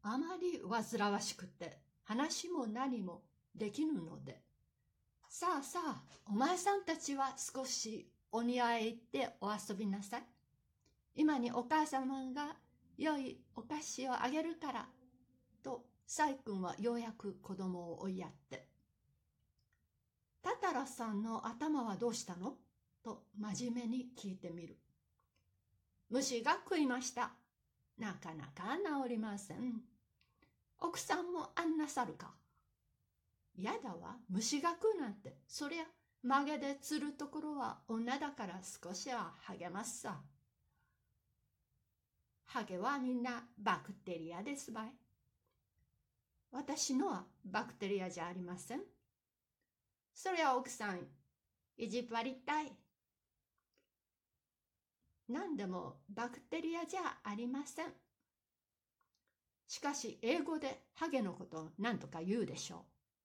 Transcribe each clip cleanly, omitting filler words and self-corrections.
あまり煩わしくて話も何もできぬので、さあさあ、お前さんたちは少しお庭へ行ってお遊びなさい。今にお母様が良いお菓子をあげるから、とサイ君はようやく子供を追いやって、タタラさんの頭はどうしたのと真面目に聞いてみる。虫が食いました。なかなか治りません。奥さんもあんなさるか。やだわ、虫が食うなんて。そりゃ曲げで釣るところは女だから少しは励ますさ。ハゲはみんなバクテリアですばい。私のはバクテリアじゃありません。そりゃ奥さん、意地張りたい。何でもバクテリアじゃありません。しかし英語でハゲのことを何とか言うでしょう。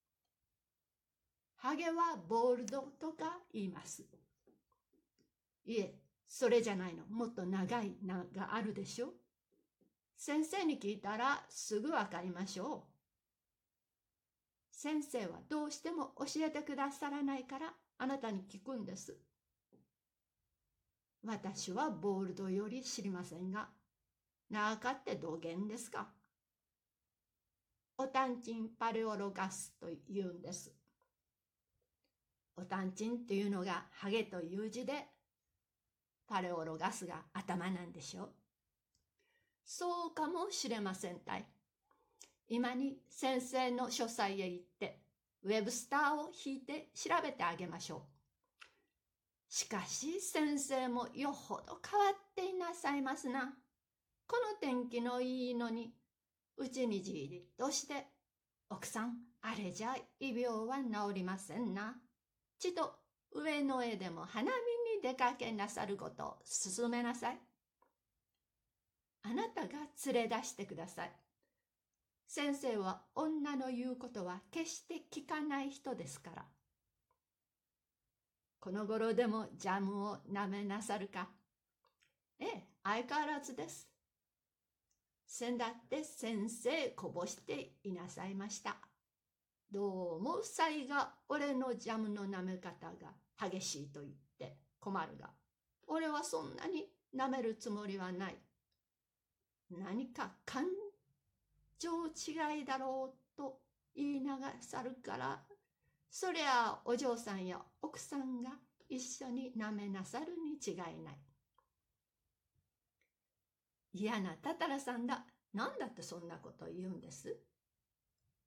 ハゲはボールドとか言います。いえ、それじゃないの。もっと長い名があるでしょ。先生に聞いたらすぐわかりましょう。先生はどうしても教えてくださらないからあなたに聞くんです。私はボールドより知りませんが、長かってどげんですか。オタンチンパレオロガスと言うんです。オタンチンというのがハゲという字で、パレオロガスが頭なんでしょう。そうかもしれませんたい。今に先生の書斎へ行って、ウェブスターを引いて調べてあげましょう。しかし先生もよほど変わっていなさいますな。この天気のいいのに、うちにじりとして、奥さん、あれじゃ胃病は治りませんな。ちと上野へでも花見に出かけなさることを勧めなさい。あなたが連れ出してください。先生は女の言うことは決して聞かない人ですから。この頃でもジャムを舐めなさるか。ええ、相変わらずです。先だって先生こぼしていなさいました。どうもさいが俺のジャムの舐め方が激しいと言って困るが、俺はそんなに舐めるつもりはない。何か感情違いだろうと言いながさるから、そりゃお嬢さんや奥さんが一緒に舐めなさるに違いない。嫌なタタラさんだ。なんだってそんなこと言うんです。